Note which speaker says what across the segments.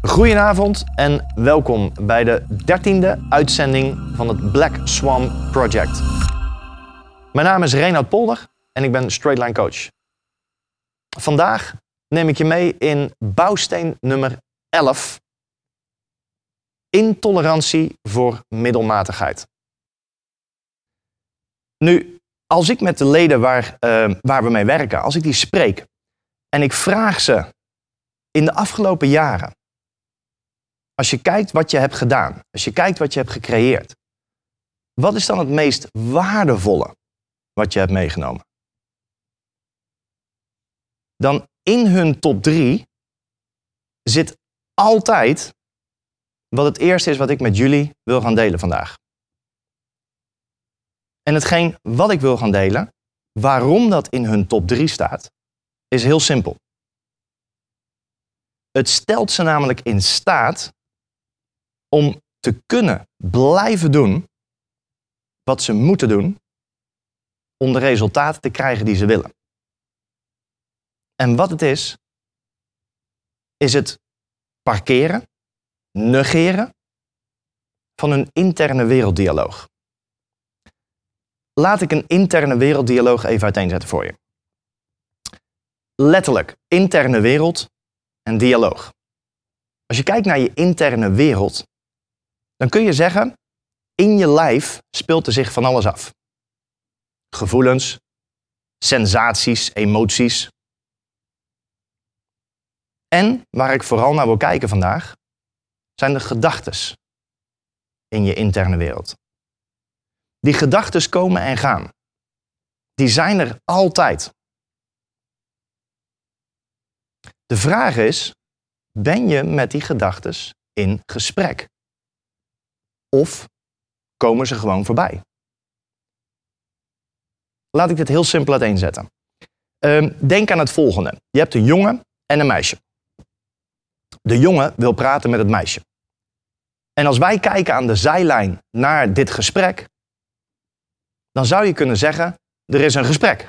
Speaker 1: Goedenavond en welkom bij de 13e uitzending van het Black Swan Project. Mijn naam is Reinoud Polder en ik ben Straightline Coach. Vandaag neem ik je mee in bouwsteen nummer 11. Intolerantie voor middelmatigheid. Nu, als ik met de leden waar we mee werken, als ik die spreek en ik vraag ze in de afgelopen jaren, als je kijkt wat je hebt gedaan, als je kijkt wat je hebt gecreëerd, wat is dan het meest waardevolle wat je hebt meegenomen? Dan in hun top 3 zit altijd wat het eerste is wat ik met jullie wil gaan delen vandaag. En hetgeen wat ik wil gaan delen, waarom dat in hun top 3 staat, is heel simpel. Het stelt ze namelijk in staat om te kunnen blijven doen wat ze moeten doen om de resultaten te krijgen die ze willen. En wat het is het parkeren, negeren van een interne werelddialoog. Laat ik een interne werelddialoog even uiteenzetten voor je. Letterlijk, interne wereld en dialoog. Als je kijkt naar je interne wereld, dan kun je zeggen, in je lijf speelt er zich van alles af. Gevoelens, sensaties, emoties. En waar ik vooral naar wil kijken vandaag, zijn de gedachtes in je interne wereld. Die gedachtes komen en gaan. Die zijn er altijd. De vraag is, ben je met die gedachtes in gesprek? Of komen ze gewoon voorbij? Laat ik dit heel simpel uiteenzetten. Denk aan het volgende. Je hebt een jongen en een meisje. De jongen wil praten met het meisje. En als wij kijken aan de zijlijn naar dit gesprek, dan zou je kunnen zeggen, er is een gesprek.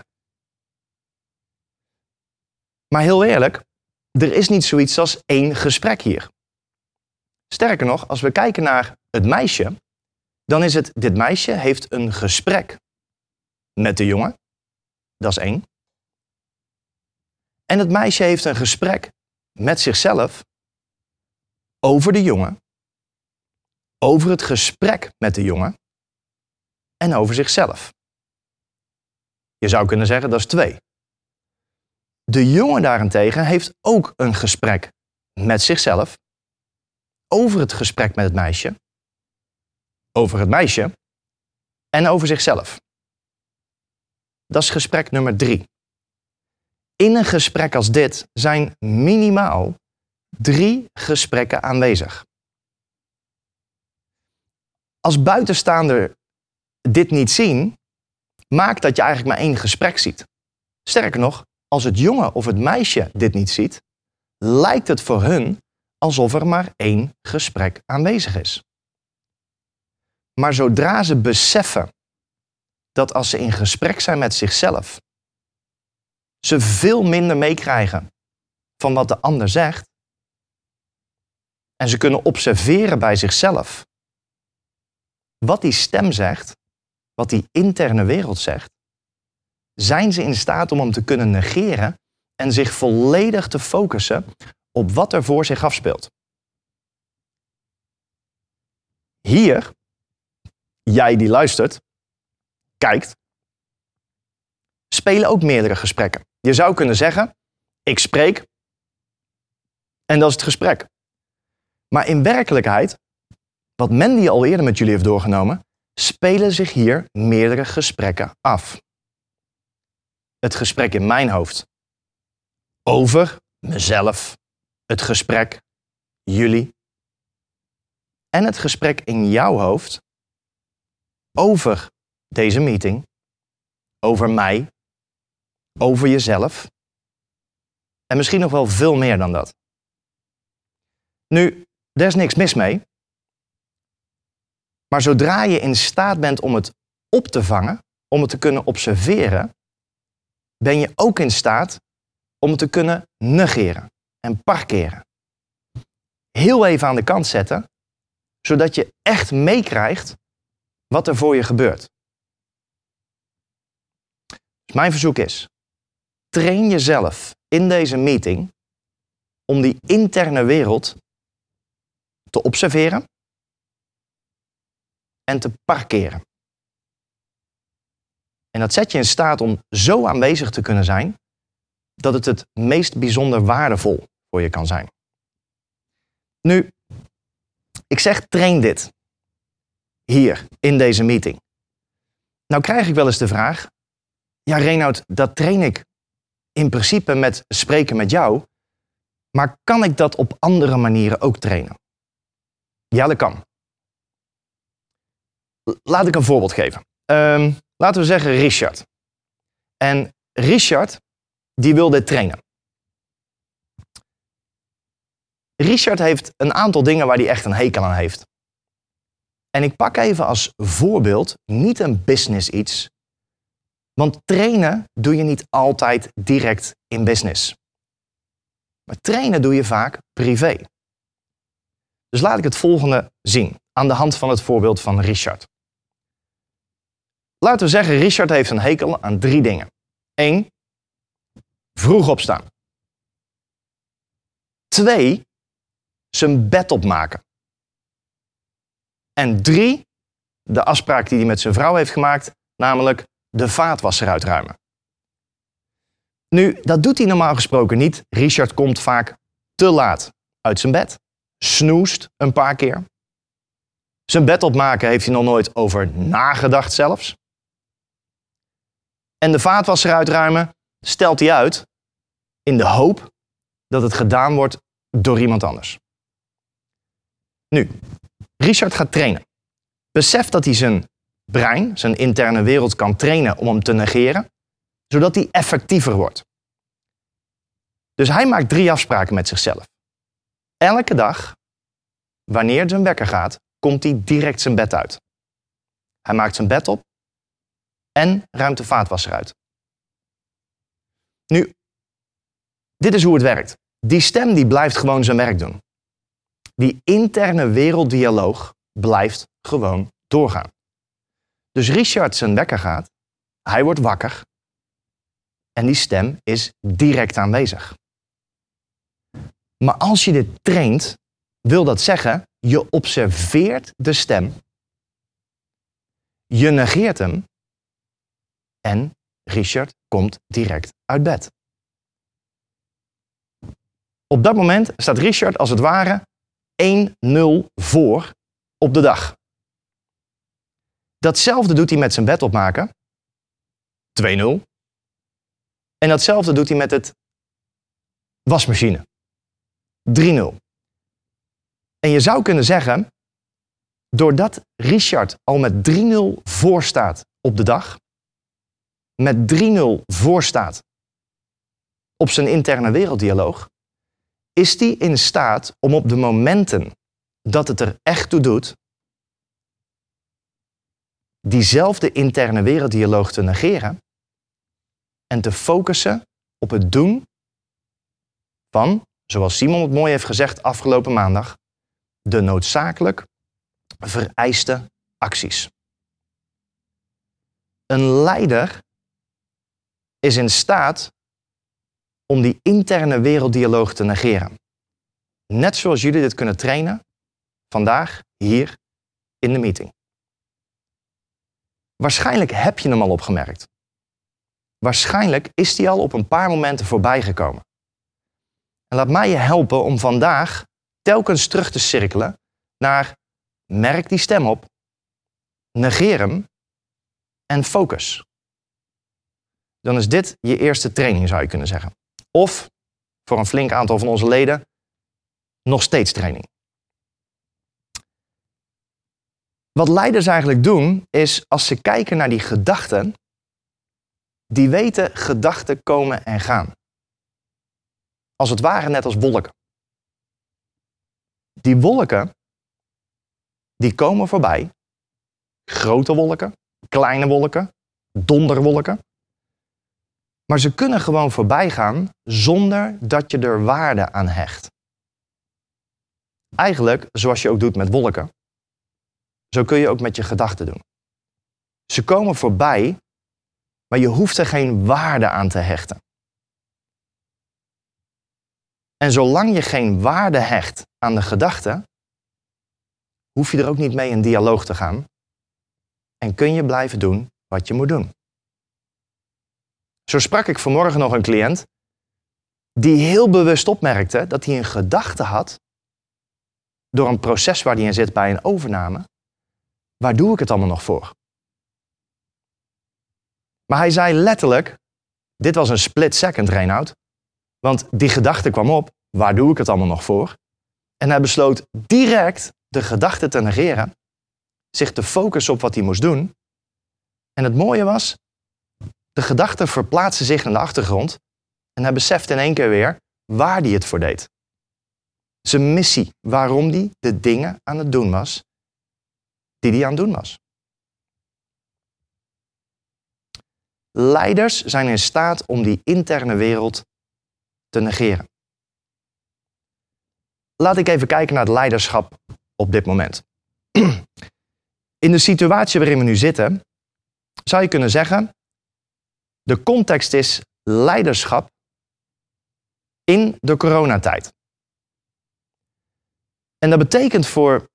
Speaker 1: Maar heel eerlijk, er is niet zoiets als één gesprek hier. Sterker nog, als we kijken naar het meisje, dan is het, dit meisje heeft een gesprek met de jongen. Dat is 1. En het meisje heeft een gesprek met zichzelf over de jongen, over het gesprek met de jongen en over zichzelf. Je zou kunnen zeggen, dat is 2. De jongen daarentegen heeft ook een gesprek met zichzelf, over het gesprek met het meisje, over het meisje en over zichzelf. Dat is gesprek nummer 3. In een gesprek als dit zijn minimaal 3 gesprekken aanwezig. Als buitenstaander dit niet zien, maakt dat je eigenlijk maar 1 gesprek ziet. Sterker nog, als het jongen of het meisje dit niet ziet, lijkt het voor hun alsof er maar 1 gesprek aanwezig is. Maar zodra ze beseffen dat als ze in gesprek zijn met zichzelf, ze veel minder meekrijgen van wat de ander zegt, en ze kunnen observeren bij zichzelf wat die stem zegt, wat die interne wereld zegt, zijn ze in staat om hem te kunnen negeren en zich volledig te focussen op wat er voor zich afspeelt. Hier, jij die luistert, kijkt, spelen ook meerdere gesprekken. Je zou kunnen zeggen, ik spreek en dat is het gesprek. Maar in werkelijkheid, wat Mandy al eerder met jullie heeft doorgenomen, spelen zich hier meerdere gesprekken af. Het gesprek in mijn hoofd over mezelf, het gesprek, jullie, en het gesprek in jouw hoofd over deze meeting, over mij, over jezelf en misschien nog wel veel meer dan dat. Nu, er is niks mis mee, maar zodra je in staat bent om het op te vangen, om het te kunnen observeren, ben je ook in staat om het te kunnen negeren en parkeren. heel even aan de kant zetten, zodat je echt meekrijgt wat er voor je gebeurt. Dus mijn verzoek is, train jezelf in deze meeting om die interne wereld te observeren en te parkeren. En dat zet je in staat om zo aanwezig te kunnen zijn dat het meest bijzonder waardevol voor je kan zijn. Nu, ik zeg train dit hier in deze meeting. Nou krijg ik wel eens de vraag, ja Reinoud, dat train ik in principe met spreken met jou, maar kan ik dat op andere manieren ook trainen? Ja, dat kan. Laat ik een voorbeeld geven. Laten we zeggen Richard. En Richard, die wil dit trainen. Richard heeft een aantal dingen waar hij echt een hekel aan heeft. En ik pak even als voorbeeld niet een business iets. Want trainen doe je niet altijd direct in business. Maar trainen doe je vaak privé. Dus laat ik het volgende zien aan de hand van het voorbeeld van Richard. Laten we zeggen, Richard heeft een hekel aan 3 dingen. 1. Vroeg opstaan. 2. Zijn bed opmaken. En 3. De afspraak die hij met zijn vrouw heeft gemaakt, namelijk de vaatwasser uitruimen. Nu, dat doet hij normaal gesproken niet. Richard komt vaak te laat uit zijn bed. Snoest een paar keer. Zijn bed opmaken heeft hij nog nooit over nagedacht zelfs. En de vaatwasser uitruimen stelt hij uit in de hoop dat het gedaan wordt door iemand anders. Nu, Richard gaat trainen. Beseft dat hij zijn brein, zijn interne wereld kan trainen om hem te negeren, zodat hij effectiever wordt. Dus hij maakt 3 afspraken met zichzelf. Elke dag, wanneer zijn wekker gaat, komt hij direct zijn bed uit. Hij maakt zijn bed op en ruimt de vaatwasser uit. Nu, dit is hoe het werkt. Die stem die blijft gewoon zijn werk doen. Die interne werelddialoog blijft gewoon doorgaan. Dus Richard zijn wekker gaat, hij wordt wakker en die stem is direct aanwezig. Maar als je dit traint, wil dat zeggen, je observeert de stem, je negeert hem en Richard komt direct uit bed. Op dat moment staat Richard als het ware 1-0 voor op de dag. Datzelfde doet hij met zijn bed opmaken. 2-0. En datzelfde doet hij met het wasmachine. 3-0. En je zou kunnen zeggen, doordat Richard al met 3-0 voor staat op de dag, met 3-0 voor staat op zijn interne werelddialoog, is hij in staat om op de momenten dat het er echt toe doet, diezelfde interne werelddialoog te negeren en te focussen op het doen van, zoals Simon het mooi heeft gezegd afgelopen maandag, de noodzakelijk vereiste acties. Een leider is in staat om die interne werelddialoog te negeren. Net zoals jullie dit kunnen trainen vandaag hier in de meeting. Waarschijnlijk heb je hem al opgemerkt. Waarschijnlijk is die al op een paar momenten voorbij gekomen. En laat mij je helpen om vandaag telkens terug te cirkelen naar merk die stem op, negeer hem en focus. Dan is dit je eerste training, zou je kunnen zeggen. Of, voor een flink aantal van onze leden, nog steeds training. Wat leiders eigenlijk doen, is als ze kijken naar die gedachten, die weten gedachten komen en gaan. Als het ware net als wolken. Die wolken, die komen voorbij. Grote wolken, kleine wolken, donderwolken. Maar ze kunnen gewoon voorbij gaan zonder dat je er waarde aan hecht. Eigenlijk zoals je ook doet met wolken. Zo kun je ook met je gedachten doen. Ze komen voorbij, maar je hoeft er geen waarde aan te hechten. En zolang je geen waarde hecht aan de gedachten, hoef je er ook niet mee in dialoog te gaan. En kun je blijven doen wat je moet doen. Zo sprak ik vanmorgen nog een cliënt die heel bewust opmerkte dat hij een gedachte had door een proces waar hij in zit bij een overname. Waar doe ik het allemaal nog voor? Maar hij zei letterlijk, dit was een split second, Reinoud. Want die gedachte kwam op, waar doe ik het allemaal nog voor? En hij besloot direct de gedachte te negeren, zich te focussen op wat hij moest doen. En het mooie was, de gedachte verplaatste zich naar de achtergrond en hij besefte in één keer weer waar hij het voor deed. Zijn missie, waarom hij de dingen aan het doen was die hij aan het doen was. Leiders zijn in staat om die interne wereld te negeren. Laat ik even kijken naar het leiderschap op dit moment. In de situatie waarin we nu zitten, zou je kunnen zeggen, de context is leiderschap in de coronatijd. En dat betekent voor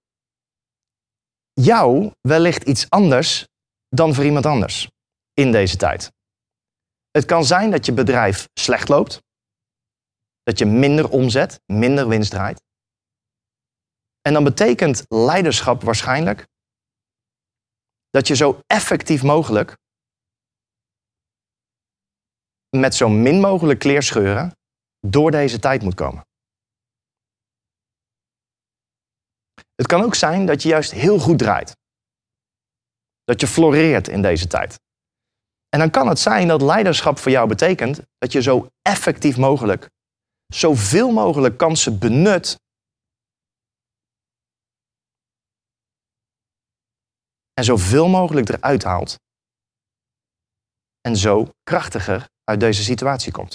Speaker 1: jou wellicht iets anders dan voor iemand anders in deze tijd. Het kan zijn dat je bedrijf slecht loopt, dat je minder omzet, minder winst draait. En dan betekent leiderschap waarschijnlijk dat je zo effectief mogelijk met zo min mogelijk kleerscheuren door deze tijd moet komen. Het kan ook zijn dat je juist heel goed draait. Dat je floreert in deze tijd. En dan kan het zijn dat leiderschap voor jou betekent dat je zo effectief mogelijk, zoveel mogelijk kansen benut en zoveel mogelijk eruit haalt. En zo krachtiger uit deze situatie komt.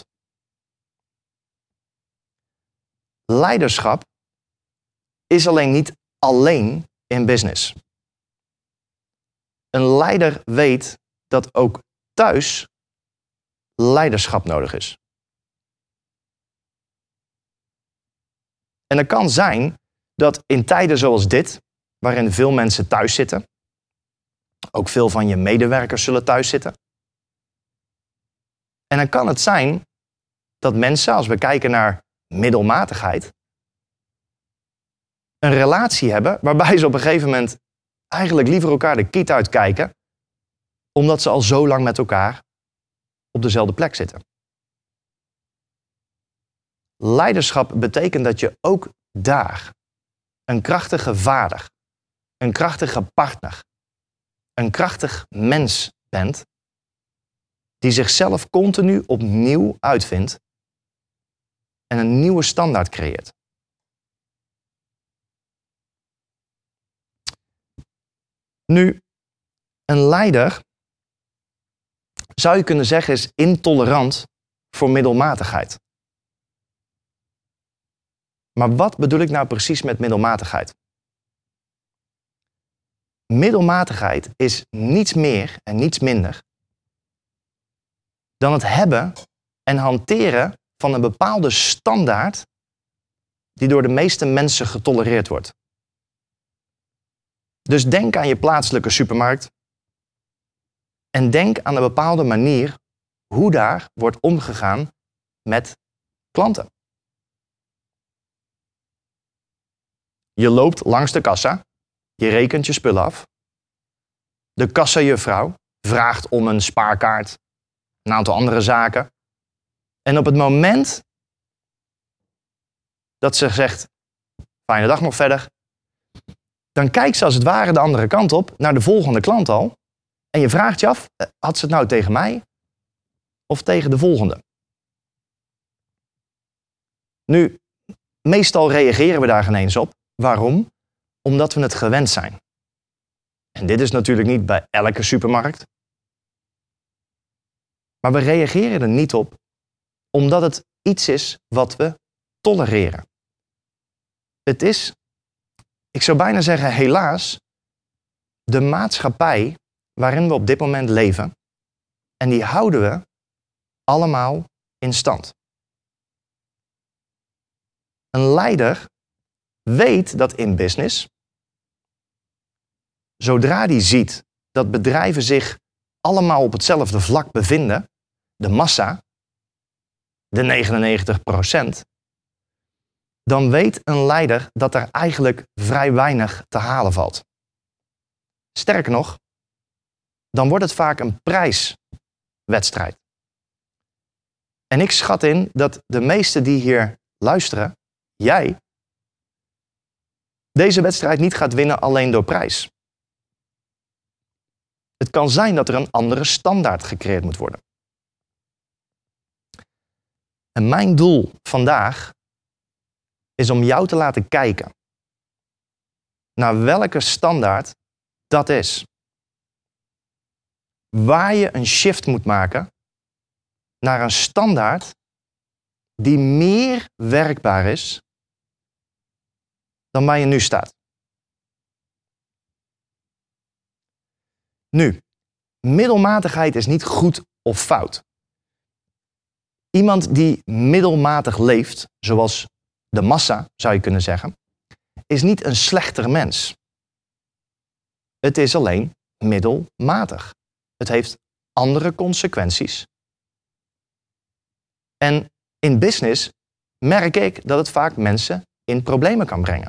Speaker 1: Leiderschap is alleen niet alleen in business. Een leider weet dat ook thuis leiderschap nodig is. En het kan zijn dat in tijden zoals dit, waarin veel mensen thuis zitten, ook veel van je medewerkers zullen thuis zitten. En dan kan het zijn dat mensen, als we kijken naar middelmatigheid, een relatie hebben waarbij ze op een gegeven moment eigenlijk liever elkaar de kiet uitkijken, omdat ze al zo lang met elkaar op dezelfde plek zitten. Leiderschap betekent dat je ook daar een krachtige vader, een krachtige partner, een krachtig mens bent, die zichzelf continu opnieuw uitvindt en een nieuwe standaard creëert. Nu, een leider, zou je kunnen zeggen, is intolerant voor middelmatigheid. Maar wat bedoel ik nou precies met middelmatigheid? Middelmatigheid is niets meer en niets minder dan het hebben en hanteren van een bepaalde standaard die door de meeste mensen getolereerd wordt. Dus denk aan je plaatselijke supermarkt en denk aan een bepaalde manier hoe daar wordt omgegaan met klanten. Je loopt langs de kassa, je rekent je spullen af. De kassajuffrouw vraagt om een spaarkaart, een aantal andere zaken. En op het moment dat ze zegt, fijne dag nog verder, dan kijkt ze als het ware de andere kant op, naar de volgende klant al. En je vraagt je af, had ze het nou tegen mij of tegen de volgende? Nu, meestal reageren we daar geen eens op. Waarom? Omdat we het gewend zijn. En dit is natuurlijk niet bij elke supermarkt. Maar we reageren er niet op, omdat het iets is wat we tolereren. Het is ik zou bijna zeggen helaas, de maatschappij waarin we op dit moment leven. En die houden we allemaal in stand. Een leider weet dat in business, zodra die ziet dat bedrijven zich allemaal op hetzelfde vlak bevinden, de massa, de 99%, dan weet een leider dat er eigenlijk vrij weinig te halen valt. Sterker nog, dan wordt het vaak een prijswedstrijd. En ik schat in dat de meesten die hier luisteren, jij, deze wedstrijd niet gaat winnen alleen door prijs. Het kan zijn dat er een andere standaard gecreëerd moet worden. En mijn doel vandaag is om jou te laten kijken naar welke standaard dat is. Waar je een shift moet maken naar een standaard die meer werkbaar is dan waar je nu staat. Nu, middelmatigheid is niet goed of fout. Iemand die middelmatig leeft, zoals de massa zou je kunnen zeggen, is niet een slechter mens. Het is alleen middelmatig. Het heeft andere consequenties. En in business merk ik dat het vaak mensen in problemen kan brengen.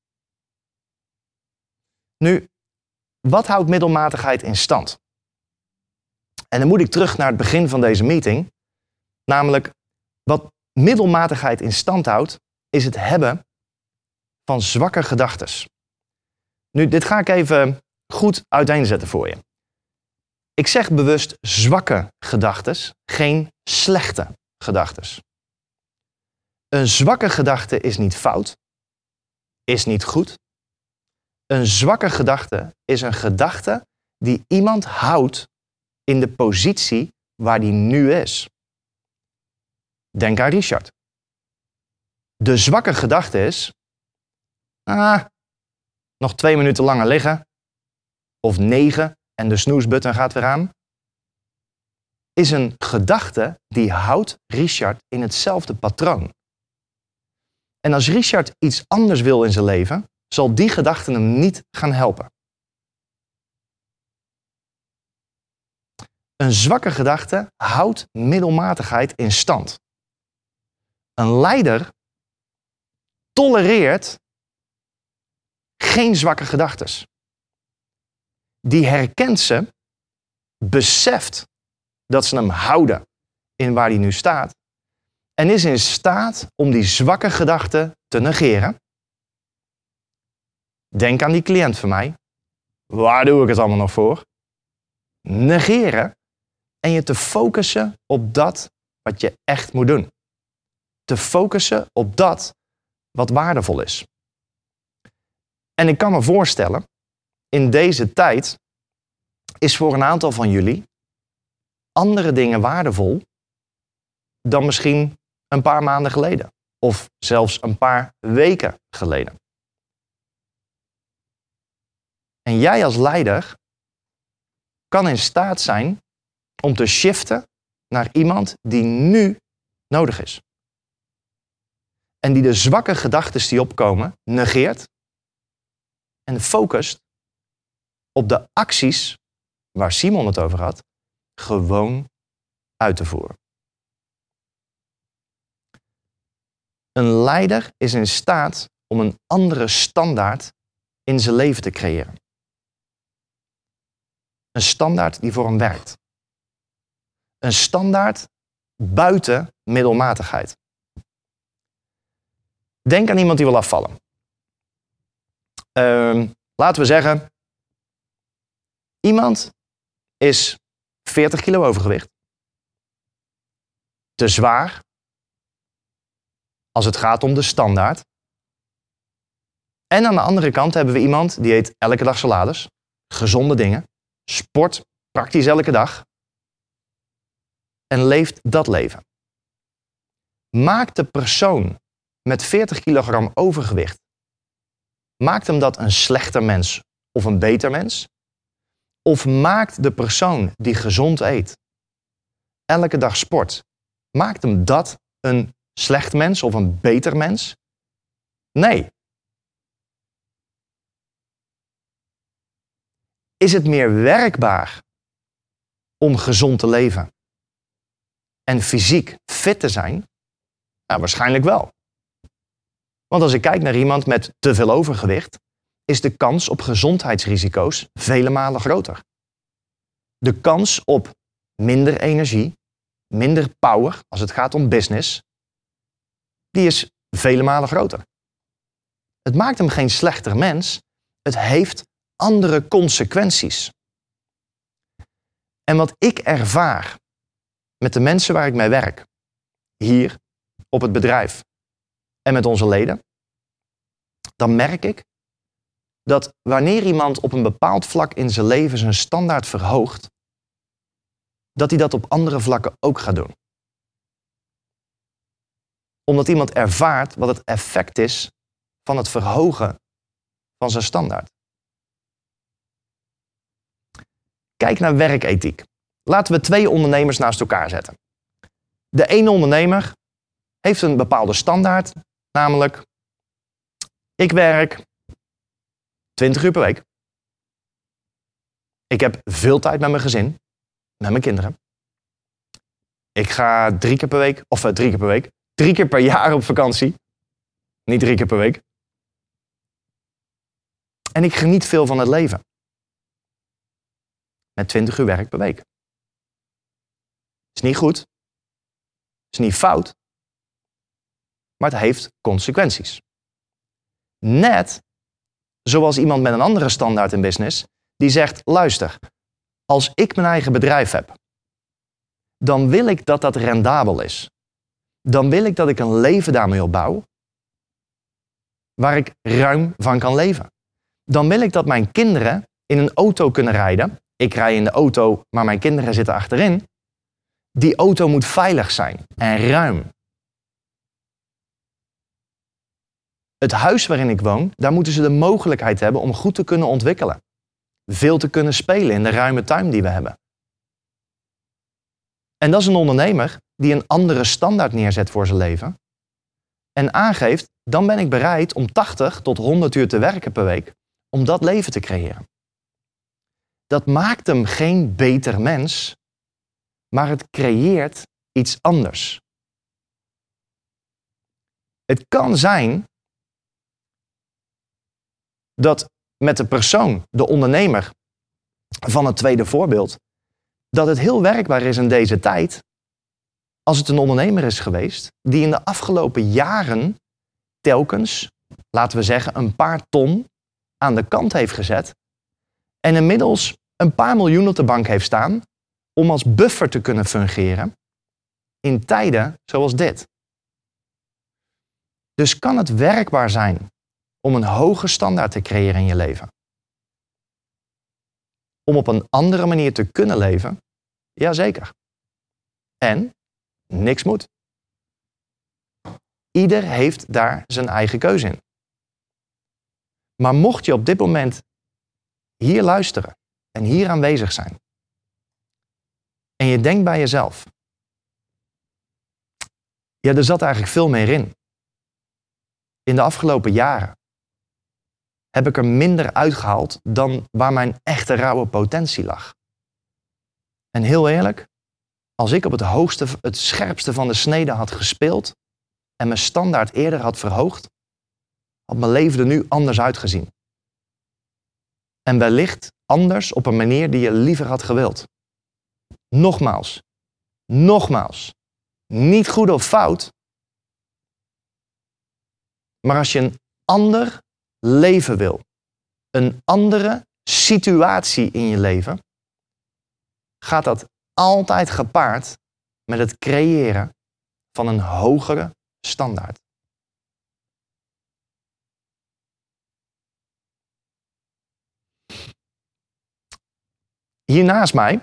Speaker 1: Nu, wat houdt middelmatigheid in stand? En dan moet ik terug naar het begin van deze meeting. Namelijk, wat middelmatigheid in stand houdt, is het hebben van zwakke gedachtes. Nu, dit ga ik even goed uiteenzetten voor je. Ik zeg bewust zwakke gedachtes, geen slechte gedachtes. Een zwakke gedachte is niet fout, is niet goed. Een zwakke gedachte is een gedachte die iemand houdt in de positie waar die nu is. Denk aan Richard. De zwakke gedachte is, nog 2 minuten langer liggen, of 9 en de snoesbutton gaat weer aan, is een gedachte die houdt Richard in hetzelfde patroon. En als Richard iets anders wil in zijn leven, zal die gedachte hem niet gaan helpen. Een zwakke gedachte houdt middelmatigheid in stand. Een leider tolereert geen zwakke gedachtes. Die herkent ze, beseft dat ze hem houden in waar hij nu staat en is in staat om die zwakke gedachten te negeren. Denk aan die cliënt van mij. Waar doe ik het allemaal nog voor? Negeren en je te focussen op dat wat je echt moet doen. Te focussen op dat wat waardevol is. En ik kan me voorstellen, in deze tijd is voor een aantal van jullie andere dingen waardevol dan misschien een paar maanden geleden. Of zelfs een paar weken geleden. En jij als leider kan in staat zijn om te shiften naar iemand die nu nodig is. En die de zwakke gedachten die opkomen negeert en focust op de acties waar Simon het over had, gewoon uit te voeren. Een leider is in staat om een andere standaard in zijn leven te creëren. Een standaard die voor hem werkt. Een standaard buiten middelmatigheid. Denk aan iemand die wil afvallen. Laten we zeggen, iemand is 40 kilo overgewicht. Te zwaar als het gaat om de standaard. En aan de andere kant hebben we iemand die eet elke dag salades, gezonde dingen, sport praktisch elke dag en leeft dat leven. Maakt de persoon met 40 kilogram overgewicht Maakt hem dat een slechter mens of een beter mens? Of maakt de persoon die gezond eet, elke dag sport, maakt hem dat een slecht mens of een beter mens? Nee. Is het meer werkbaar om gezond te leven en fysiek fit te zijn? Nou, waarschijnlijk wel. Want als ik kijk naar iemand met te veel overgewicht, is de kans op gezondheidsrisico's vele malen groter. De kans op minder energie, minder power als het gaat om business, die is vele malen groter. Het maakt hem geen slechter mens, het heeft andere consequenties. En wat ik ervaar met de mensen waar ik mee werk, hier op het bedrijf en met onze leden, dan merk ik dat wanneer iemand op een bepaald vlak in zijn leven zijn standaard verhoogt, dat hij dat op andere vlakken ook gaat doen. Omdat iemand ervaart wat het effect is van het verhogen van zijn standaard. Kijk naar werkethiek. Laten we 2 ondernemers naast elkaar zetten. De ene ondernemer heeft een bepaalde standaard, namelijk: ik werk 20 uur per week. Ik heb veel tijd met mijn gezin, met mijn kinderen. Ik ga 3 keer per week, 3 keer per jaar op vakantie. Niet 3 keer per week. En ik geniet veel van het leven. Met 20 uur werk per week. Is niet goed. Is niet fout. Maar het heeft consequenties. Net zoals iemand met een andere standaard in business, die zegt: luister, als ik mijn eigen bedrijf heb, dan wil ik dat dat rendabel is. Dan wil ik dat ik een leven daarmee opbouw, waar ik ruim van kan leven. Dan wil ik dat mijn kinderen in een auto kunnen rijden. Ik rij in de auto, maar mijn kinderen zitten achterin. Die auto moet veilig zijn en ruim. Het huis waarin ik woon, daar moeten ze de mogelijkheid hebben om goed te kunnen ontwikkelen. Veel te kunnen spelen in de ruime tuin die we hebben. En dat is een ondernemer die een andere standaard neerzet voor zijn leven. En aangeeft: dan ben ik bereid om 80 tot 100 uur te werken per week om dat leven te creëren. Dat maakt hem geen beter mens, maar het creëert iets anders. Het kan zijn dat met de persoon, de ondernemer van het tweede voorbeeld, dat het heel werkbaar is in deze tijd als het een ondernemer is geweest die in de afgelopen jaren telkens, laten we zeggen, een paar ton aan de kant heeft gezet en inmiddels een paar miljoen op de bank heeft staan om als buffer te kunnen fungeren in tijden zoals dit. Dus kan het werkbaar zijn om een hoge standaard te creëren in je leven? Om op een andere manier te kunnen leven? Jazeker. En niks moet. Ieder heeft daar zijn eigen keuze in. Maar mocht je op dit moment hier luisteren en hier aanwezig zijn, en je denkt bij jezelf: ja, er zat eigenlijk veel meer in. In de afgelopen jaren heb ik er minder uitgehaald dan waar mijn echte rauwe potentie lag. En heel eerlijk, als ik op het hoogste, het scherpste van de snede had gespeeld en mijn standaard eerder had verhoogd, had mijn leven er nu anders uitgezien. En wellicht anders op een manier die je liever had gewild. Nogmaals, niet goed of fout, maar als je een ander leven wil, een andere situatie in je leven, gaat dat altijd gepaard met het creëren van een hogere standaard. Hier naast mij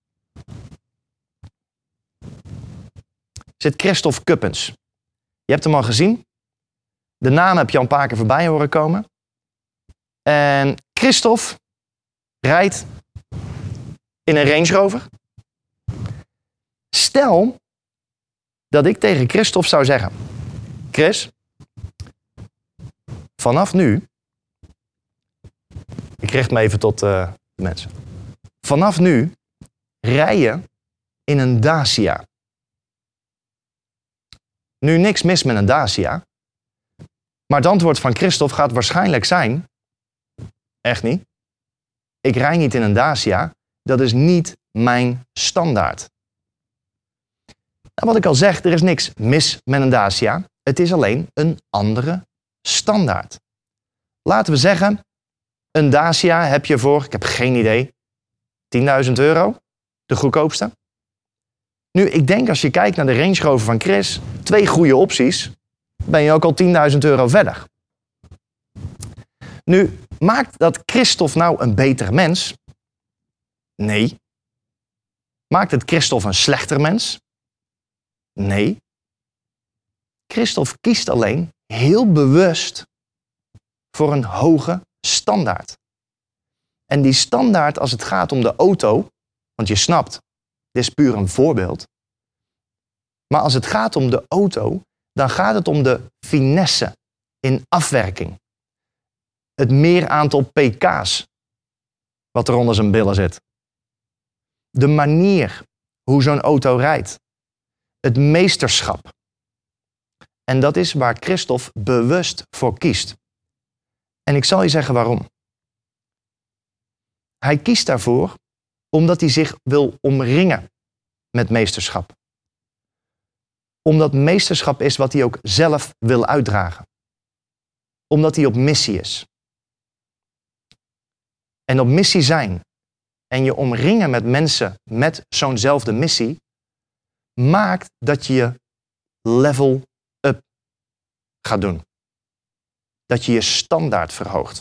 Speaker 1: zit Christophe Kuppens. Je hebt hem al gezien. De naam heb je al een paar keer voorbij horen komen. En Christophe rijdt in een Range Rover. Stel dat ik tegen Christophe zou zeggen: Chris, vanaf nu, ik richt me even tot de mensen. Vanaf nu rij je in een Dacia. Nu niks mis met een Dacia. Maar het antwoord van Christophe gaat waarschijnlijk zijn: echt niet. Ik rij niet in een Dacia. Dat is niet mijn standaard. Nou, wat ik al zeg, er is niks mis met een Dacia. Het is alleen een andere standaard. Laten we zeggen, een Dacia heb je voor, ik heb geen idee, €10.000, de goedkoopste. Nu, ik denk als je kijkt naar de Range Rover van Chris, 2 goede opties, ben je ook al €10.000 verder. Nu, maakt dat Christophe nou een beter mens? Nee. Maakt het Christophe een slechter mens? Nee. Christophe kiest alleen heel bewust voor een hoge standaard. En die standaard als het gaat om de auto, want je snapt, dit is puur een voorbeeld. Maar als het gaat om de auto, dan gaat het om de finesse in afwerking. Het meer aantal pk's wat er onder zijn billen zit. De manier hoe zo'n auto rijdt. Het meesterschap. En dat is waar Christophe bewust voor kiest. En ik zal je zeggen waarom. Hij kiest daarvoor omdat hij zich wil omringen met meesterschap. Omdat meesterschap is wat hij ook zelf wil uitdragen. Omdat hij op missie is. En op missie zijn en je omringen met mensen met zo'nzelfde missie, maakt dat je level up gaat doen. Dat je je standaard verhoogt.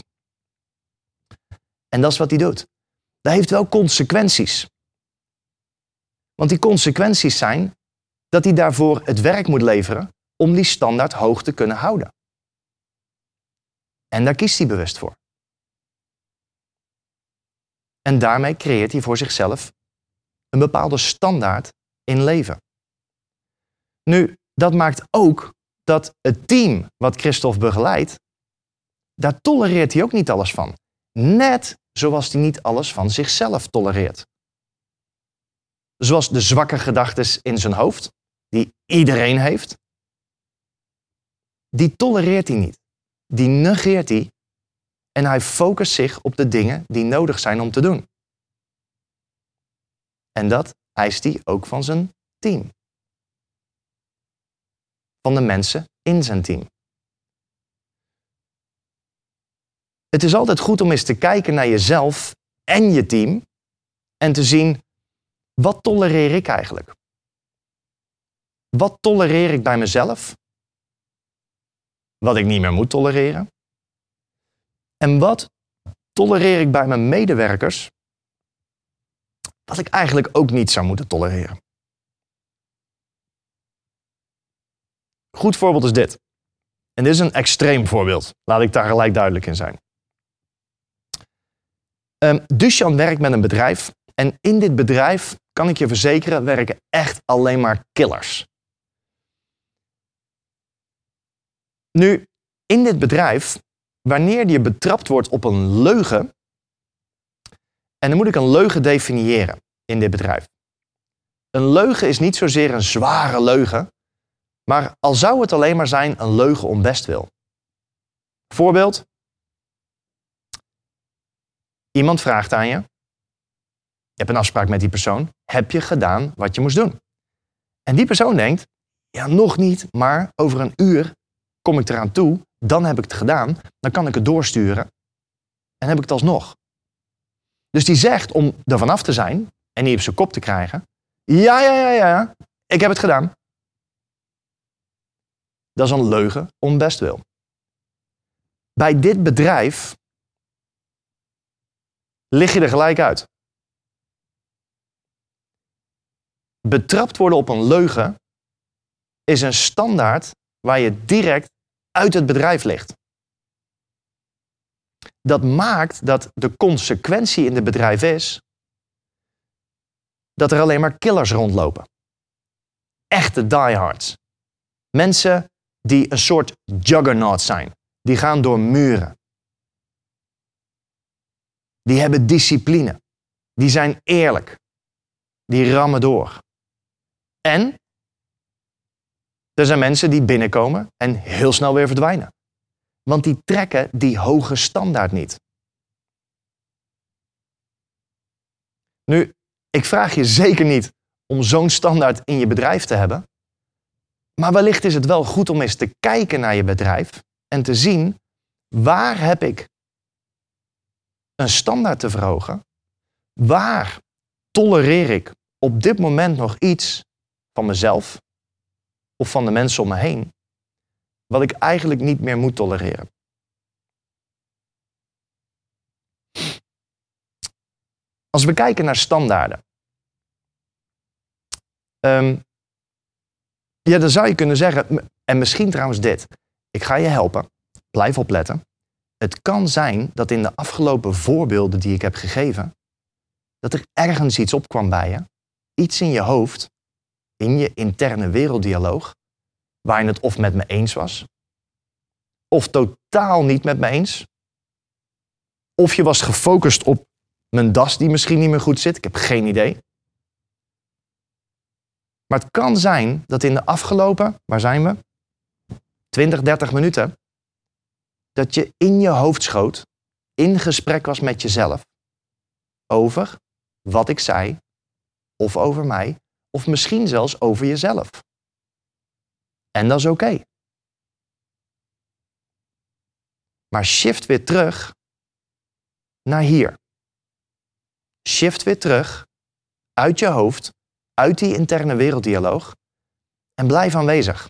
Speaker 1: En dat is wat hij doet. Dat heeft wel consequenties. Want die consequenties zijn dat hij daarvoor het werk moet leveren om die standaard hoog te kunnen houden. En daar kiest hij bewust voor. En daarmee creëert hij voor zichzelf een bepaalde standaard in leven. Nu, dat maakt ook dat het team wat Christophe begeleidt, daar tolereert hij ook niet alles van. Net zoals hij niet alles van zichzelf tolereert. Zoals de zwakke gedachten in zijn hoofd, die iedereen heeft, die tolereert hij niet. Die negeert hij en hij focust zich op de dingen die nodig zijn om te doen. En dat eist hij ook van zijn team. Van de mensen in zijn team. Het is altijd goed om eens te kijken naar jezelf en je team en te zien, wat tolereer ik eigenlijk? Wat tolereer ik bij mezelf? Wat ik niet meer moet tolereren? En wat tolereer ik bij mijn medewerkers? Wat ik eigenlijk ook niet zou moeten tolereren. Goed voorbeeld is dit. En dit is een extreem voorbeeld. Laat ik daar gelijk duidelijk in zijn. Dusjan werkt met een bedrijf. En in dit bedrijf, kan ik je verzekeren, werken echt alleen maar killers. Nu, in dit bedrijf, wanneer je betrapt wordt op een leugen, en dan moet ik een leugen definiëren in dit bedrijf. Een leugen is niet zozeer een zware leugen, maar al zou het alleen maar zijn een leugen om bestwil. Voorbeeld. Iemand vraagt aan je. Je hebt een afspraak met die persoon. Heb je gedaan wat je moest doen? En die persoon denkt, ja, nog niet, maar over een uur kom ik eraan toe. Dan heb ik het gedaan. Dan kan ik het doorsturen. En heb ik het alsnog. Dus die zegt, om er vanaf te zijn en niet op zijn kop te krijgen. Ja, ik heb het gedaan. Dat is een leugen om bestwil. Bij dit bedrijf lig je er gelijk uit. Betrapt worden op een leugen is een standaard waar je direct uit het bedrijf ligt. dat maakt dat de consequentie in het bedrijf is dat er alleen maar killers rondlopen. Echte diehards. Mensen die een soort juggernaut zijn. Die gaan door muren. Die hebben discipline. Die zijn eerlijk. Die rammen door. En er zijn mensen die binnenkomen en heel snel weer verdwijnen. Want die trekken die hoge standaard niet. Nu, ik vraag je zeker niet om zo'n standaard in je bedrijf te hebben. Maar wellicht is het wel goed om eens te kijken naar je bedrijf en te zien, waar heb ik een standaard te verhogen? Waar tolereer ik op dit moment nog iets van mezelf of van de mensen om me heen, wat ik eigenlijk niet meer moet tolereren? Als we kijken naar standaarden, dan zou je kunnen zeggen, en misschien trouwens dit, ik ga je helpen, blijf opletten. Het kan zijn dat in de afgelopen voorbeelden die ik heb gegeven, dat er ergens iets opkwam bij je, iets in je hoofd, in je interne werelddialoog, waar je het of met me eens was, of totaal niet met me eens, of je was gefocust op mijn das die misschien niet meer goed zit, ik heb geen idee. Maar het kan zijn dat in de afgelopen, waar zijn we? 20, 30 minuten, dat je in je hoofd schoot, in gesprek was met jezelf, over wat ik zei, of over mij, of misschien zelfs over jezelf. En dat is oké. Maar shift weer terug naar hier. Shift weer terug uit je hoofd, uit die interne werelddialoog en blijf aanwezig.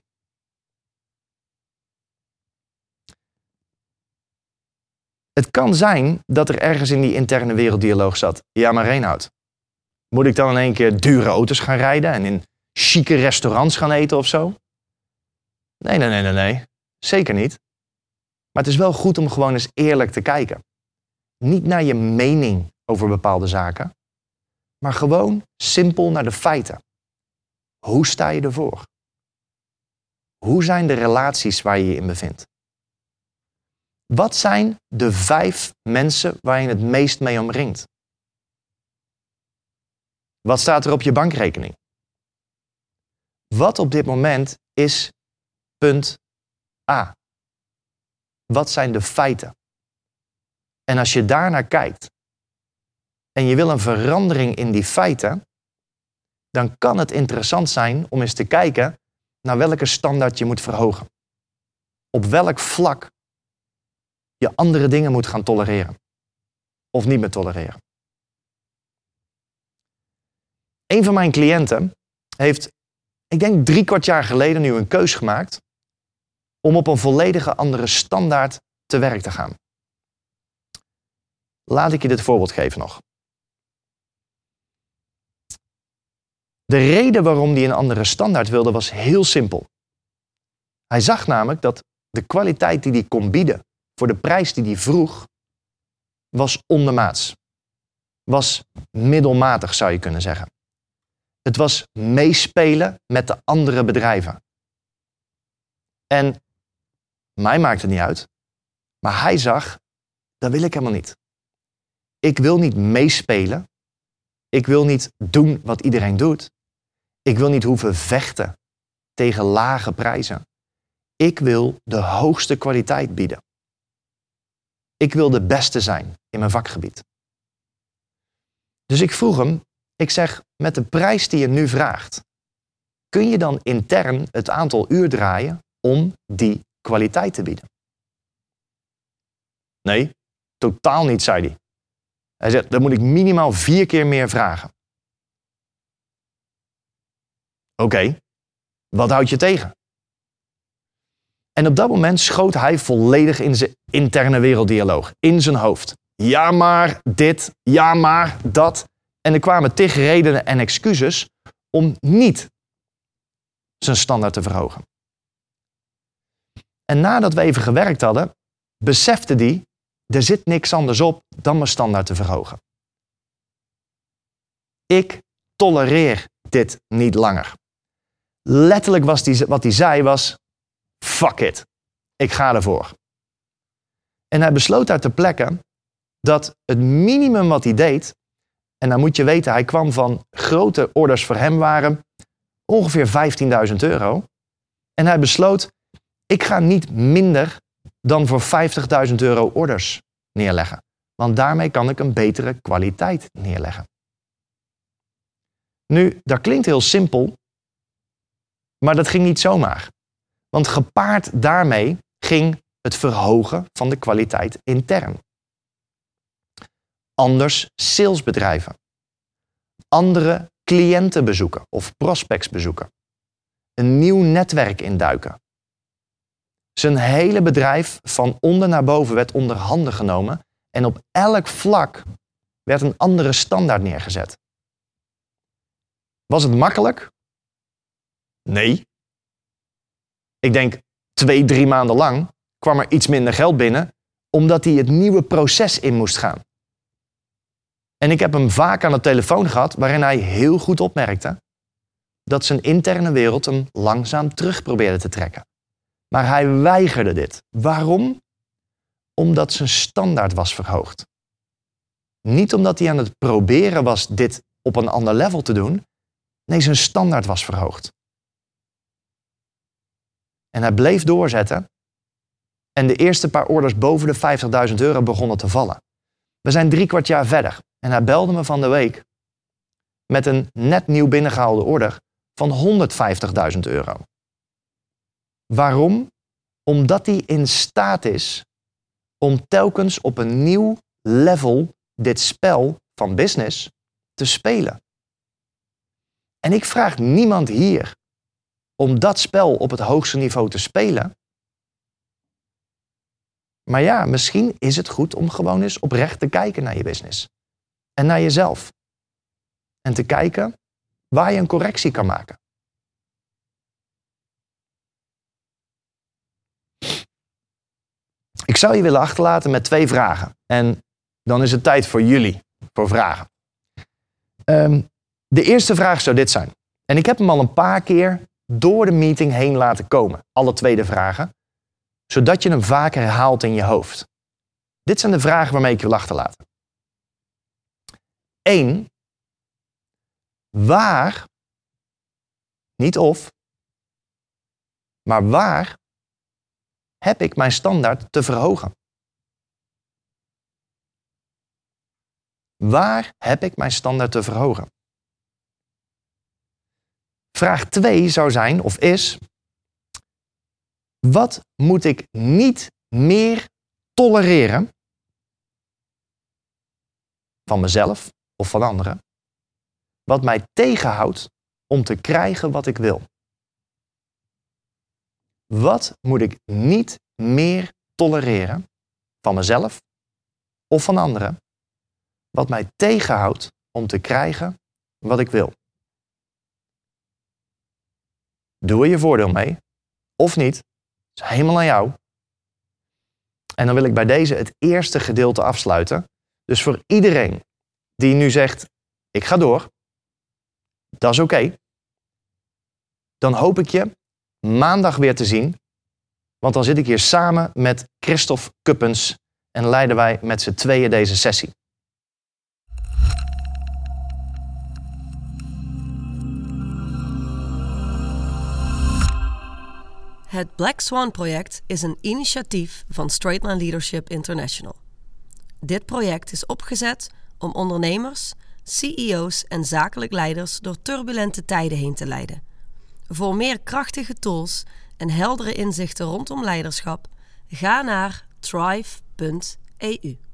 Speaker 1: Het kan zijn dat er ergens in die interne werelddialoog zat. Ja, maar Reinoud, moet ik dan in één keer dure auto's gaan rijden en in chique restaurants gaan eten of zo? Nee. Zeker niet. Maar het is wel goed om gewoon eens eerlijk te kijken. Niet naar je mening over bepaalde zaken, maar gewoon simpel naar de feiten. Hoe sta je ervoor? Hoe zijn de relaties waar je je in bevindt? Wat zijn de 5 mensen waar je het meest mee omringt? Wat staat er op je bankrekening? Wat op dit moment is punt A? Wat zijn de feiten? En als je daarnaar kijkt en je wil een verandering in die feiten, dan kan het interessant zijn om eens te kijken naar welke standaard je moet verhogen. Op welk vlak je andere dingen moet gaan tolereren. Of niet meer tolereren. Een van mijn cliënten heeft, ik denk 3/4 jaar geleden nu een keus gemaakt om op een volledige andere standaard te werk te gaan. Laat ik je dit voorbeeld geven nog. De reden waarom hij een andere standaard wilde was heel simpel. Hij zag namelijk dat de kwaliteit die hij kon bieden voor de prijs die hij vroeg, was ondermaats. Was middelmatig, zou je kunnen zeggen. Het was meespelen met de andere bedrijven. En mij maakt het niet uit, maar hij zag, dat wil ik helemaal niet. Ik wil niet meespelen. Ik wil niet doen wat iedereen doet. Ik wil niet hoeven vechten tegen lage prijzen. Ik wil de hoogste kwaliteit bieden. Ik wil de beste zijn in mijn vakgebied. Dus ik vroeg hem, ik zeg, met de prijs die je nu vraagt, kun je dan intern het aantal uur draaien om die kwaliteit te bieden? Nee, totaal niet, zei hij. Hij zegt, dan moet ik minimaal 4 keer meer vragen. Oké, wat houd je tegen? En op dat moment schoot hij volledig in zijn interne werelddialoog, in zijn hoofd. Ja maar dit, ja maar dat. En er kwamen tig redenen en excuses om niet zijn standaard te verhogen. En nadat we even gewerkt hadden, besefte hij er zit niks anders op dan mijn standaard te verhogen. Ik tolereer dit niet langer. Letterlijk wat hij zei was, fuck it, ik ga ervoor. En hij besloot daar ter plekke dat het minimum wat hij deed, en dan moet je weten, hij kwam van grote orders voor hem waren ongeveer €15.000. En hij besloot, ik ga niet minder dan voor €50.000 orders neerleggen. Want daarmee kan ik een betere kwaliteit neerleggen. Nu, dat klinkt heel simpel, maar dat ging niet zomaar. Want gepaard daarmee ging het verhogen van de kwaliteit intern. Anders salesbedrijven. Andere cliënten bezoeken of prospects bezoeken. Een nieuw netwerk induiken. Zijn hele bedrijf van onder naar boven werd onder handen genomen en op elk vlak werd een andere standaard neergezet. Was het makkelijk? Nee. Ik denk 2-3 maanden lang kwam er iets minder geld binnen omdat hij het nieuwe proces in moest gaan. En ik heb hem vaak aan de telefoon gehad waarin hij heel goed opmerkte dat zijn interne wereld hem langzaam terug probeerde te trekken. Maar hij weigerde dit. Waarom? Omdat zijn standaard was verhoogd. Niet omdat hij aan het proberen was dit op een ander level te doen. Nee, zijn standaard was verhoogd. En hij bleef doorzetten. En de eerste paar orders boven de €50.000 begonnen te vallen. We zijn 3/4 jaar verder. En hij belde me van de week met een net nieuw binnengehaalde order van €150.000. Waarom? Omdat hij in staat is om telkens op een nieuw level dit spel van business te spelen. En ik vraag niemand hier om dat spel op het hoogste niveau te spelen. Maar ja, misschien is het goed om gewoon eens oprecht te kijken naar je business. En naar jezelf. En te kijken waar je een correctie kan maken. Ik zou je willen achterlaten met 2 vragen. En dan is het tijd voor jullie, voor vragen. De eerste vraag zou dit zijn. En ik heb hem al een paar keer door de meeting heen laten komen. Alle 2 de vragen. Zodat je hem vaak herhaalt in je hoofd. Dit zijn de vragen waarmee ik je wil achterlaten. 1. Waar, niet of, maar waar heb ik mijn standaard te verhogen? Waar heb ik mijn standaard te verhogen? Vraag 2 zou zijn, of is, wat moet ik niet meer tolereren van mezelf of van anderen, wat mij tegenhoudt om te krijgen wat ik wil? Wat moet ik niet meer tolereren van mezelf of van anderen, wat mij tegenhoudt om te krijgen wat ik wil? Doe er je voordeel mee, of niet, dat is helemaal aan jou. En dan wil ik bij deze het eerste gedeelte afsluiten. Dus voor iedereen die nu zegt, ik ga door, dat is oké. Dan hoop ik je maandag weer te zien. Want dan zit ik hier samen met Christophe Kuppens en leiden wij met z'n tweeën deze sessie.
Speaker 2: Het Black Swan Project is een initiatief van Straightline Leadership International. Dit project is opgezet om ondernemers, CEO's en zakelijk leiders door turbulente tijden heen te leiden. Voor meer krachtige tools en heldere inzichten rondom leiderschap, ga naar thrive.eu.